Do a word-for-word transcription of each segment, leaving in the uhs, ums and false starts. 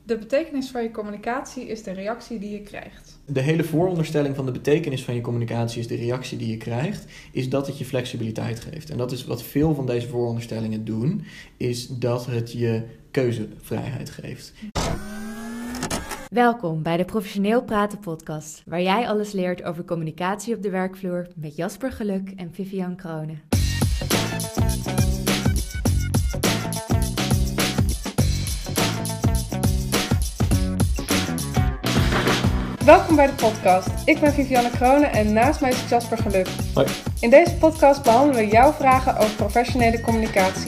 De betekenis van je communicatie is de reactie die je krijgt. De hele vooronderstelling van de betekenis van je communicatie is de reactie die je krijgt, is dat het je flexibiliteit geeft. En dat is wat veel van deze vooronderstellingen doen, is dat het je keuzevrijheid geeft. Welkom bij de Professioneel Praten podcast, waar jij alles leert over communicatie op de werkvloer met Jasper Geluk en Vivian Kronen. Welkom bij de podcast. Ik ben Vivianne Kronen en naast mij is Jasper Geluk. Hoi. In deze podcast behandelen we jouw vragen over professionele communicatie.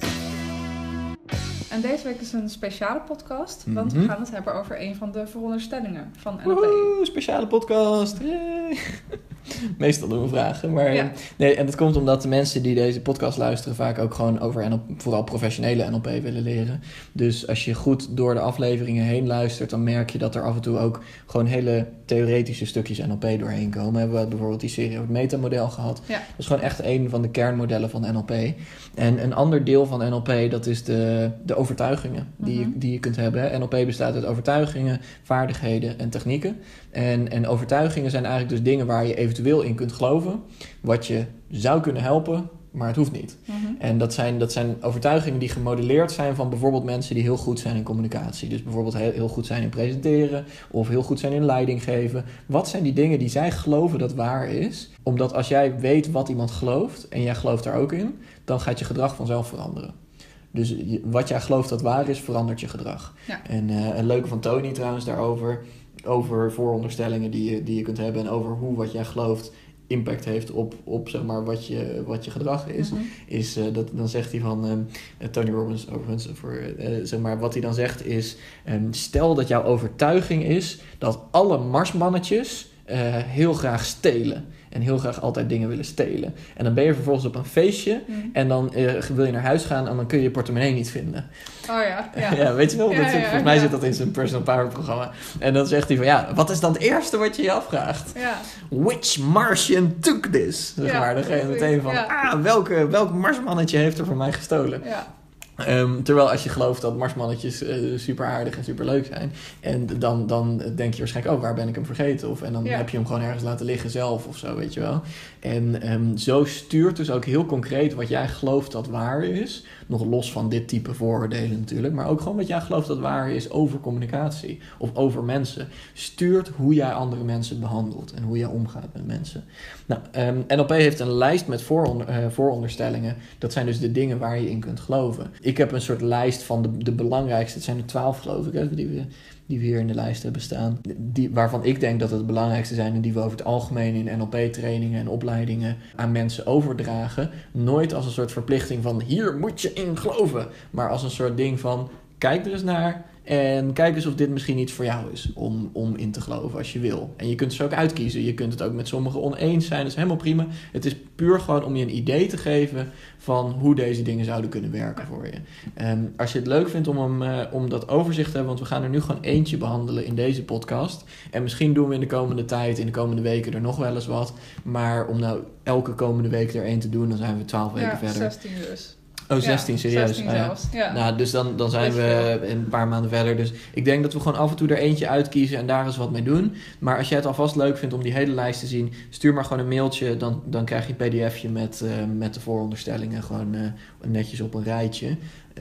En deze week is een speciale podcast, want Mm-hmm. we gaan het hebben over een van de veronderstellingen van N L P. Woehoe, speciale podcast. Yay. Meestal doen we vragen, maar Ja. nee, en dat komt omdat de mensen die deze podcast luisteren vaak ook gewoon over N L P, vooral professionele N L P willen leren. Dus als je goed door de afleveringen heen luistert, dan merk je dat er af en toe ook gewoon hele theoretische stukjes N L P doorheen komen. Hebben we bijvoorbeeld die serie over het metamodel gehad. Ja. Dat is gewoon echt een van de kernmodellen van N L P. En een ander deel van N L P, dat is de, de overtuigingen die, Mm-hmm. je, die je kunt hebben. Hè. N L P bestaat uit overtuigingen, vaardigheden en technieken. En, en overtuigingen zijn eigenlijk dus dingen waar je eventueel in kunt geloven. Wat je zou kunnen helpen, maar het hoeft niet. Mm-hmm. En dat zijn, dat zijn overtuigingen die gemodelleerd zijn van bijvoorbeeld mensen die heel goed zijn in communicatie. Dus bijvoorbeeld heel, heel goed zijn in presenteren of heel goed zijn in leiding geven. Wat zijn die dingen die zij geloven dat waar is? Omdat als jij weet wat iemand gelooft en jij gelooft daar ook in, dan gaat je gedrag vanzelf veranderen. Dus je, wat jij gelooft dat waar is, verandert je gedrag. Ja. En uh, een leuke van Tony trouwens daarover, over vooronderstellingen die je, die je kunt hebben en over hoe wat jij gelooft impact heeft op, op zeg maar, wat, je, wat je gedrag is, Mm-hmm. is uh, dat, dan zegt hij van, um, uh, Tony Robbins overigens, voor, uh, zeg maar, wat hij dan zegt is, um, stel dat jouw overtuiging is dat alle Marsmannetjes uh, heel graag stelen. En heel graag altijd dingen willen stelen. En dan ben je vervolgens op een feestje. Mm. En dan uh, wil je naar huis gaan. En dan kun je je portemonnee niet vinden. Oh ja, ja. Ja, weet je wel? Ja, Dat, ja, volgens mij ja. zit dat in zijn personal power programma. En dan zegt hij van ja, wat is dan het eerste wat je je afvraagt? Ja. Which Martian took this? Zeg Ja, maar. Dan ga je precies, meteen van, ja. ah, welke, welk Marsmannetje heeft er van mij gestolen? Ja. Um, terwijl als je gelooft dat Marsmannetjes uh, super aardig en super leuk zijn. En dan, dan denk je waarschijnlijk, oh, waar ben ik hem vergeten? Of, en dan Ja. heb je hem gewoon ergens laten liggen zelf of zo, weet je wel. En um, zo stuurt dus ook heel concreet wat jij gelooft dat waar is. Nog los van dit type vooroordelen natuurlijk. Maar ook gewoon wat jij gelooft dat waar is over communicatie. Of over mensen. Stuurt hoe jij andere mensen behandelt. En hoe jij omgaat met mensen. Nou, um, N L P heeft een lijst met vooronder, uh, vooronderstellingen. Dat zijn dus de dingen waar je in kunt geloven. Ik heb een soort lijst van de, de belangrijkste. Het zijn er twaalf geloof ik, hè, die we, die we hier in de lijst hebben staan. Die, waarvan ik denk dat het de belangrijkste zijn. En die we over het algemeen in N L P-trainingen en opleidingen aan mensen overdragen. Nooit als een soort verplichting van hier moet je in geloven. Maar als een soort ding van kijk er eens naar. En kijk eens of dit misschien iets voor jou is om, om in te geloven als je wil. En je kunt ze ook uitkiezen. Je kunt het ook met sommigen oneens zijn. Dat is helemaal prima. Het is puur gewoon om je een idee te geven van hoe deze dingen zouden kunnen werken voor je. Um, als je het leuk vindt om, hem, uh, om dat overzicht te hebben, want we gaan er nu gewoon eentje behandelen in deze podcast. En misschien doen we in de komende tijd, in de komende weken er nog wel eens wat. Maar om nou elke komende week er één te doen, dan zijn we twaalf weken Ja, verder. zestien dus. Oh, zestien, Ja, serieus? zestien Ah, ja. zelfs. Ja. Nou, dus dan, dan zijn Beetje we veel. een paar maanden verder. Dus ik denk dat we gewoon af en toe er eentje uitkiezen en daar eens wat mee doen. Maar als jij het alvast leuk vindt om die hele lijst te zien, stuur maar gewoon een mailtje. Dan, dan krijg je een pdfje met, uh, met de vooronderstellingen gewoon uh, netjes op een rijtje.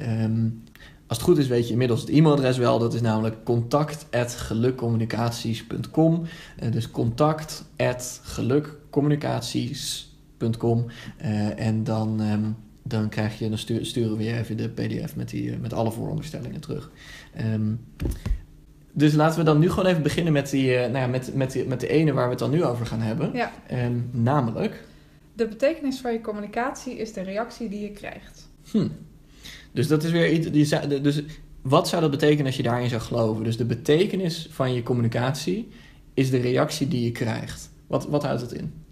Um, Als het goed is weet je inmiddels het e-mailadres wel. Dat is namelijk contact at gelukcommunicaties punt com. Uh, dus contact at gelukcommunicaties punt com. Uh, en dan... Um, Dan, krijg je, dan stuur, sturen we je even de pdf met, die, met alle vooronderstellingen terug. Um, dus laten we dan nu gewoon even beginnen met, die, uh, nou ja, met, met, die, met de ene waar we het dan nu over gaan hebben. Ja. Um, namelijk... De betekenis van je communicatie is de reactie die je krijgt. Hm. Dus dat is weer iets... Die, dus wat zou dat betekenen als je daarin zou geloven? Dus de betekenis van je communicatie is de reactie die je krijgt. Wat, wat houdt het in?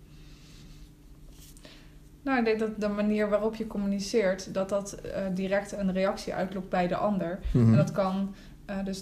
Nou, ik denk dat de manier waarop je communiceert, dat dat uh, direct een reactie uitlokt bij de ander. Mm-hmm. En dat kan, uh, dus de,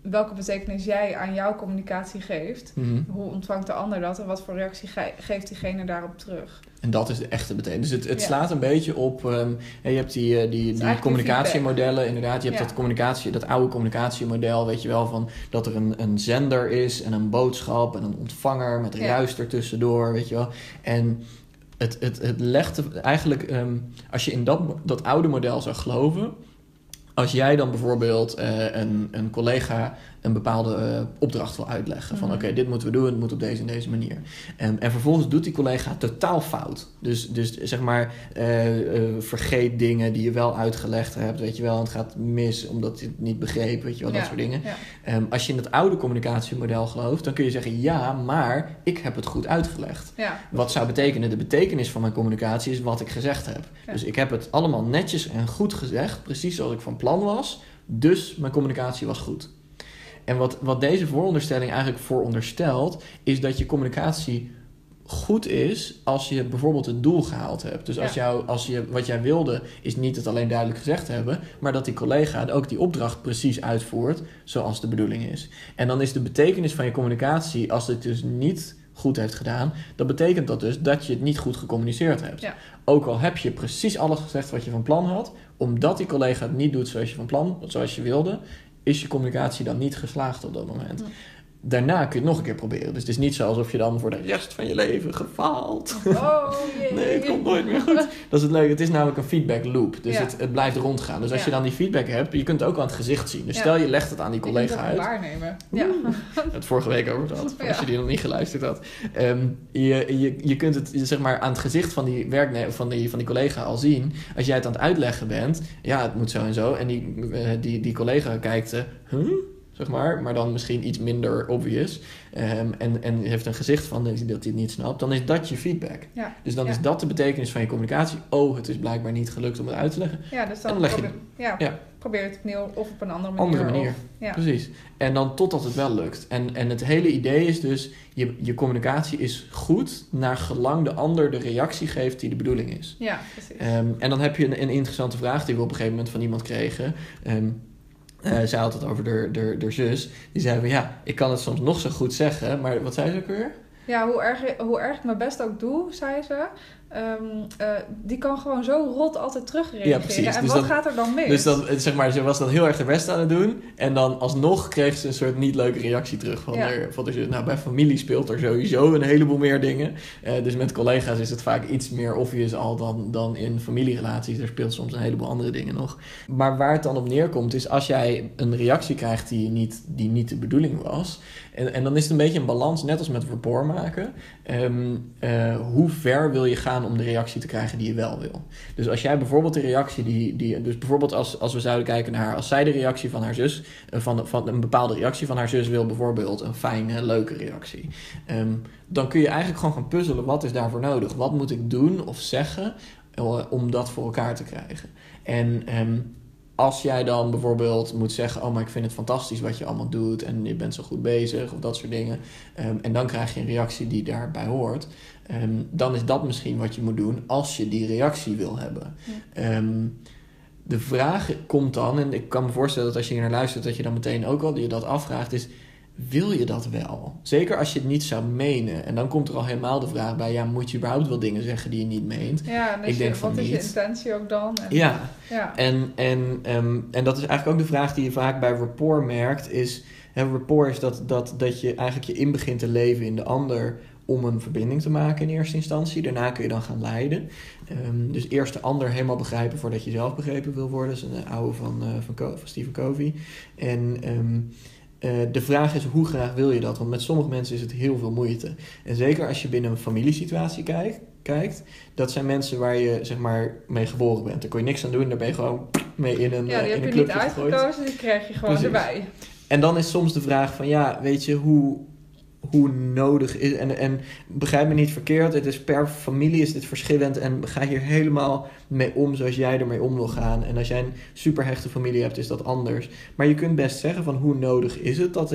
welke betekenis jij aan jouw communicatie geeft. Mm-hmm. Hoe ontvangt de ander dat en wat voor reactie ge- geeft diegene daarop terug? En dat is de echte betekenis. Dus het, het Ja. slaat een beetje op... Um, je hebt die, uh, die, die communicatiemodellen, inderdaad. Je hebt Ja. dat, communicatie, dat oude communicatiemodel, weet je wel, van dat er een, een zender is en een boodschap en een ontvanger met Ja. ruis ertussendoor, weet je wel. En het, het, het legt er eigenlijk... Um, als je in dat, dat oude model zou geloven... Als jij dan bijvoorbeeld uh, een, een collega een bepaalde uh, opdracht wil uitleggen. Van Mm-hmm. oké, okay, dit moeten we doen, het moet op deze en deze manier. Um, en vervolgens doet die collega totaal fout. Dus, dus zeg maar, uh, uh, vergeet dingen die je wel uitgelegd hebt, weet je wel. En het gaat mis omdat je het niet begreep, weet je wel, Ja, dat soort dingen. Ja. Um, als je in het oude communicatiemodel gelooft, dan kun je zeggen, ja, maar ik heb het goed uitgelegd. Ja. Wat zou betekenen? De betekenis van mijn communicatie is wat ik gezegd heb. Ja. Dus ik heb het allemaal netjes en goed gezegd, precies zoals ik van plan was. Dus mijn communicatie was goed. En wat, wat deze vooronderstelling eigenlijk vooronderstelt, is dat je communicatie goed is als je bijvoorbeeld het doel gehaald hebt. Dus als, Ja. jou, als je wat jij wilde, is niet het alleen duidelijk gezegd hebben, maar dat die collega ook die opdracht precies uitvoert zoals de bedoeling is. En dan is de betekenis van je communicatie, als het dus niet goed heeft gedaan, dan betekent dat dus dat je het niet goed gecommuniceerd hebt. Ja. Ook al heb je precies alles gezegd wat je van plan had, omdat die collega het niet doet zoals je van plan, zoals je wilde, is je communicatie dan niet geslaagd op dat moment. Ja. Daarna kun je het nog een keer proberen. Dus het is niet zo alsof je dan voor de rest van je leven gefaald. Oh, jee. Nee, het komt nooit meer goed. Dat is het leuke. Het is namelijk een feedback loop. Dus Ja. het, het blijft rondgaan. Dus als Ja. je dan die feedback hebt, je kunt het ook aan het gezicht zien. Dus Ja. stel je legt het aan die Je kunt collega het uit. waarnemen. Ja. Het vorige week over gehad, Ja. als je die nog niet geluisterd had. Um, je, je, je kunt het zeg maar aan het gezicht van die, werkne- van, die, van die collega al zien. Als jij het aan het uitleggen bent, ja, het moet zo en zo. En die, uh, die, die collega kijkt, uh, huh? Zeg maar, maar dan misschien iets minder obvious. Um, en, en heeft een gezicht van dat hij het niet snapt. Dan is dat je feedback. Ja. Dus dan Ja. is dat de betekenis van je communicatie. Oh, het is blijkbaar niet gelukt om het uit te leggen. Ja, dus En dan dan leg je- probeer, ja, ja. probeer het opnieuw of op een andere manier. Andere manier. Of, ja. Precies. En dan totdat het wel lukt. En, en het hele idee is dus, je, je communicatie is goed naar gelang de ander de reactie geeft die de bedoeling is. ja, precies. Um, en dan heb je een, een interessante vraag die we op een gegeven moment van iemand kregen. Um, uh, zij had het over de, de, de zus. Die zei van ja, ik kan het soms nog zo goed zeggen, maar wat zei ze ook weer? Ja, hoe erg, hoe erg ik mijn best ook doe, zei ze. Um, uh, die kan gewoon zo rot altijd terugreageren. Ja, precies. En Dus wat dan- gaat er dan mis? Dus dan, zeg maar, ze was dan heel erg haar best aan het doen. En dan alsnog kreeg ze een soort niet leuke reactie terug van, Ja. de, van de zus. Nou, bij familie speelt er sowieso een heleboel meer dingen. Uh, dus met collega's is het vaak iets meer obvious al dan, dan in familierelaties. Er speelt soms een heleboel andere dingen nog. Maar waar het dan op neerkomt is als jij een reactie krijgt die niet, die niet de bedoeling was. En, en dan is het een beetje een balans, net als met rapport maken. Um, uh, hoe ver wil je gaan om de reactie te krijgen die je wel wil? Dus als jij bijvoorbeeld de reactie die... die dus bijvoorbeeld als, als we zouden kijken naar haar... Als zij de reactie van haar zus... Uh, van, van een bepaalde reactie van haar zus wil, bijvoorbeeld een fijne, leuke reactie. Um, dan kun je eigenlijk gewoon gaan puzzelen. Wat is daarvoor nodig? Wat moet ik doen of zeggen uh, om dat voor elkaar te krijgen? En... Um, Als jij dan bijvoorbeeld moet zeggen, oh, maar ik vind het fantastisch wat je allemaal doet en je bent zo goed bezig of dat soort dingen. Um, en dan krijg je een reactie die daarbij hoort. Um, dan is dat misschien wat je moet doen als je die reactie wil hebben. Ja. Um, de vraag komt dan, en ik kan me voorstellen dat als je hier naar luistert, dat je dan meteen ook al je dat afvraagt, is, wil je dat wel? Zeker als je het niet zou menen. En dan komt er al helemaal de vraag bij, ja, moet je überhaupt wel dingen zeggen die je niet meent? Ja, en ik je, denk wat van is je niet. intentie ook dan? En, Ja. ja. En, en, um, en dat is eigenlijk ook de vraag die je vaak bij rapport merkt, is, hè, rapport is dat, dat, dat je eigenlijk je in begint te leven in de ander om een verbinding te maken in eerste instantie. Daarna kun je dan gaan leiden. Um, dus eerst de ander helemaal begrijpen voordat je zelf begrepen wil worden. Dat is een oude van, uh, van, Co- van Stephen Covey. En... Um, Uh, de vraag is, hoe graag wil je dat? Want met sommige mensen is het heel veel moeite. En zeker als je binnen een familiesituatie kijkt, kijkt dat zijn mensen waar je zeg maar mee geboren bent. Daar kon je niks aan doen, daar ben je gewoon mee in een, Ja, die uh, heb in je een niet clubje gegooid. uitgekozen, die krijg je gewoon Precies. erbij. En dan is soms de vraag van, ja, weet je, hoe, hoe nodig is... En, en begrijp me niet verkeerd, het is per familie is dit verschillend en ga hier helemaal mee om zoals jij ermee om wil gaan. En als jij een superhechte familie hebt, is dat anders. Maar je kunt best zeggen van, hoe nodig is het dat ik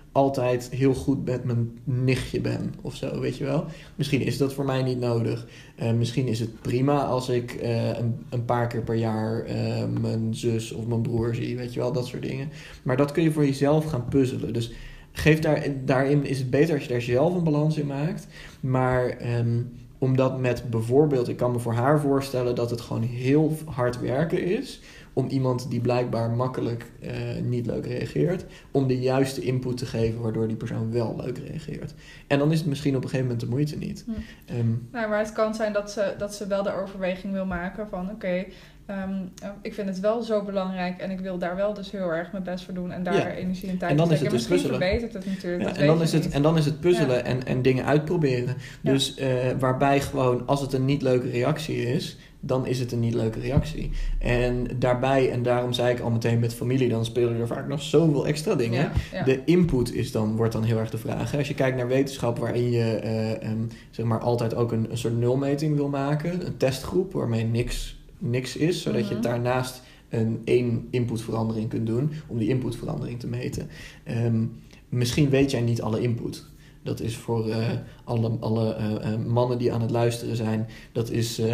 altijd heel goed met mijn nichtje ben of zo, weet je wel. Misschien is dat voor mij niet nodig. Uh, misschien is het prima als ik uh, een, een paar keer per jaar uh, mijn zus of mijn broer zie, weet je wel, dat soort dingen. Maar dat kun je voor jezelf gaan puzzelen. Dus geef daar, daarin is het beter als je daar zelf een balans in maakt. Maar um, omdat met bijvoorbeeld, ik kan me voor haar voorstellen dat het gewoon heel hard werken is om iemand die blijkbaar makkelijk uh, niet leuk reageert, om de juiste input te geven waardoor die persoon wel leuk reageert. En dan is het misschien op een gegeven moment de moeite niet. Hm. Um, nou, maar het kan zijn dat ze, dat ze wel de overweging wil maken van oké, okay, um, ik vind het wel zo belangrijk en ik wil daar wel dus heel erg mijn best voor doen en daar ja. energie en tijd in steken. En dus misschien puzzelen. verbetert het natuurlijk. Ja, dat en, dan weet is je het, niet. en dan is het puzzelen ja. en, en dingen uitproberen. Ja. Dus uh, waarbij gewoon, als het een niet leuke reactie is, dan is het een niet leuke reactie. En daarbij, en daarom zei ik al meteen met familie, dan spelen er vaak nog zoveel extra dingen. Ja, ja. De input is dan, wordt dan heel erg de vraag. Hè? Als je kijkt naar wetenschap waarin je uh, um, zeg maar altijd ook een, een soort nulmeting wil maken, een testgroep waarmee niks, niks is, zodat mm-hmm. je daarnaast een één inputverandering kunt doen om die inputverandering te meten. Um, misschien weet jij niet alle input. Dat is voor uh, alle, alle uh, uh, mannen die aan het luisteren zijn. Dat is uh,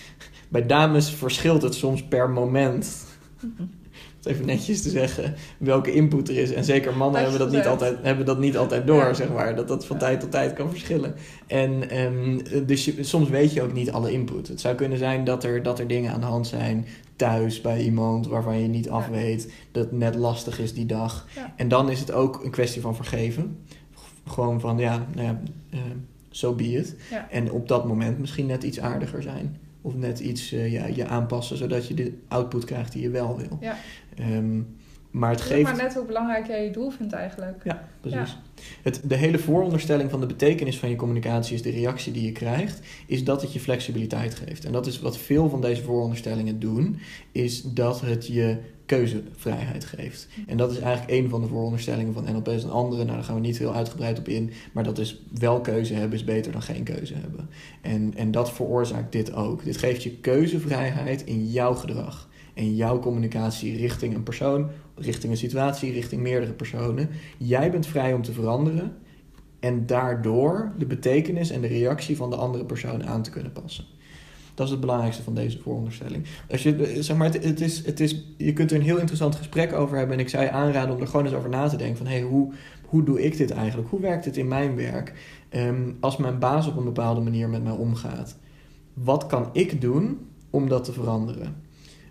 bij dames verschilt het soms per moment. Mm-hmm. Even netjes te zeggen welke input er is. En zeker mannen hebben dat, niet altijd, hebben dat niet altijd door, ja. zeg maar. Dat dat van ja. tijd tot tijd kan verschillen. En um, dus je, soms weet je ook niet alle input. Het zou kunnen zijn dat er, dat er dingen aan de hand zijn thuis bij iemand waarvan je niet af ja. weet. Dat het net lastig is die dag. Ja. En dan is het ook een kwestie van vergeven. Gewoon van, ja, nou ja, uh, so be it. Ja. En op dat moment misschien net iets aardiger zijn. Of net iets uh, ja, je aanpassen, zodat je de output krijgt die je wel wil. Ja. Um, maar het Zeg geeft... maar net hoe belangrijk jij je doel vindt eigenlijk. Ja, precies. Ja. Het, de hele vooronderstelling van de betekenis van je communicatie is de reactie die je krijgt, is dat het je flexibiliteit geeft. En dat is wat veel van deze vooronderstellingen doen, is dat het je keuzevrijheid geeft. En dat is eigenlijk een van de vooronderstellingen van N L P. Is een andere, nou daar gaan we niet heel uitgebreid op in, maar dat is wel keuze hebben is beter dan geen keuze hebben. En, en dat veroorzaakt dit ook. Dit geeft je keuzevrijheid in jouw gedrag. En jouw communicatie richting een persoon, richting een situatie, richting meerdere personen. Jij bent vrij om te veranderen en daardoor de betekenis en de reactie van de andere persoon aan te kunnen passen. Dat is het belangrijkste van deze vooronderstelling. Als je, zeg maar, het, het is, het is, je kunt er een heel interessant gesprek over hebben en ik zou je aanraden om er gewoon eens over na te denken van hey, hoe, hoe doe ik dit eigenlijk? Hoe werkt dit in mijn werk? Um, als mijn baas op een bepaalde manier met mij omgaat, wat kan ik doen om dat te veranderen?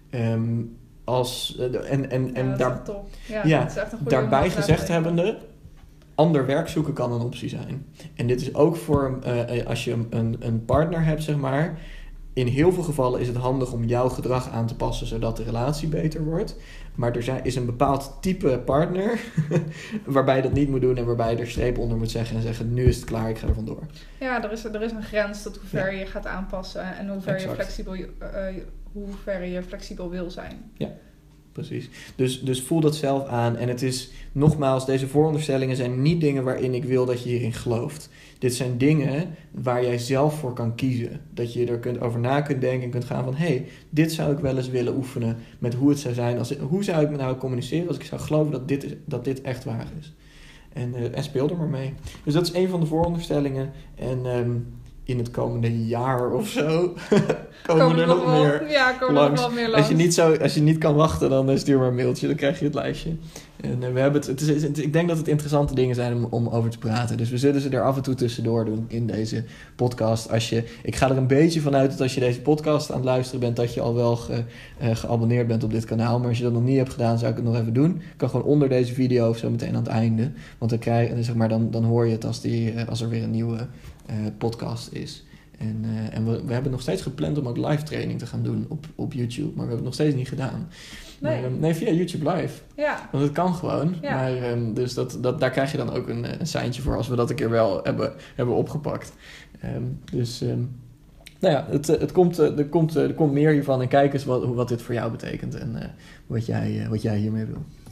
Um, als, uh, en en, en ja, dat daar, is echt top. Ja, ja, dat is echt een goede daarbij gezegd hebbende, ander werk zoeken kan een optie zijn. En dit is ook voor uh, als je een, een partner hebt, zeg maar. In heel veel gevallen is het handig om jouw gedrag aan te passen, zodat de relatie beter wordt. Maar er zijn, is een bepaald type partner waarbij je dat niet moet doen en waarbij je er streep onder moet zeggen en zeggen, nu is het klaar, ik ga er vandoor. Ja, er is, er is een grens tot hoe ver ja. je gaat aanpassen en hoe ver, exact. je flexibel, uh, hoe ver je flexibel wil zijn. Ja, precies. Dus, dus voel dat zelf aan. En het is, nogmaals, deze vooronderstellingen zijn niet dingen waarin ik wil dat je hierin gelooft. Dit zijn dingen waar jij zelf voor kan kiezen. Dat je er kunt over na kunt denken en kunt gaan van hé, hey, dit zou ik wel eens willen oefenen met hoe het zou zijn. Als, hoe zou ik me nou communiceren als ik zou geloven dat dit, is, dat dit echt waar is. En, uh, en speel er maar mee. Dus dat is een van de vooronderstellingen. En um, in het komende jaar of zo komen, komen er nog, nog meer ja, komen langs. Nog wel meer langs. Als je, niet zo, als je niet kan wachten, dan stuur maar een mailtje. Dan krijg je het lijstje. En uh, we hebben het, het is, het, ik denk dat het interessante dingen zijn om, om over te praten. Dus we zullen ze er af en toe tussendoor doen in deze podcast. Als je, ik ga er een beetje vanuit dat als je deze podcast aan het luisteren bent, dat je al wel ge, uh, geabonneerd bent op dit kanaal. Maar als je dat nog niet hebt gedaan, zou ik het nog even doen. Ik kan gewoon onder deze video of zo meteen aan het einde. Want dan, krijg, zeg maar, dan, dan hoor je het als, die, uh, als er weer een nieuwe uh, podcast is. En, uh, en we, we hebben nog steeds gepland om ook live training te gaan doen op, op YouTube. Maar we hebben het nog steeds niet gedaan. Nee, maar, um, nee via YouTube live. Ja. Want het kan gewoon. Ja. Maar, um, dus dat, dat, daar krijg je dan ook een, een seintje voor als we dat een keer wel hebben, hebben opgepakt. Um, dus um, nou ja, het, het komt, er, komt, er komt meer hiervan. En kijk eens wat, wat dit voor jou betekent en uh, wat, jij, uh, wat jij hiermee wil.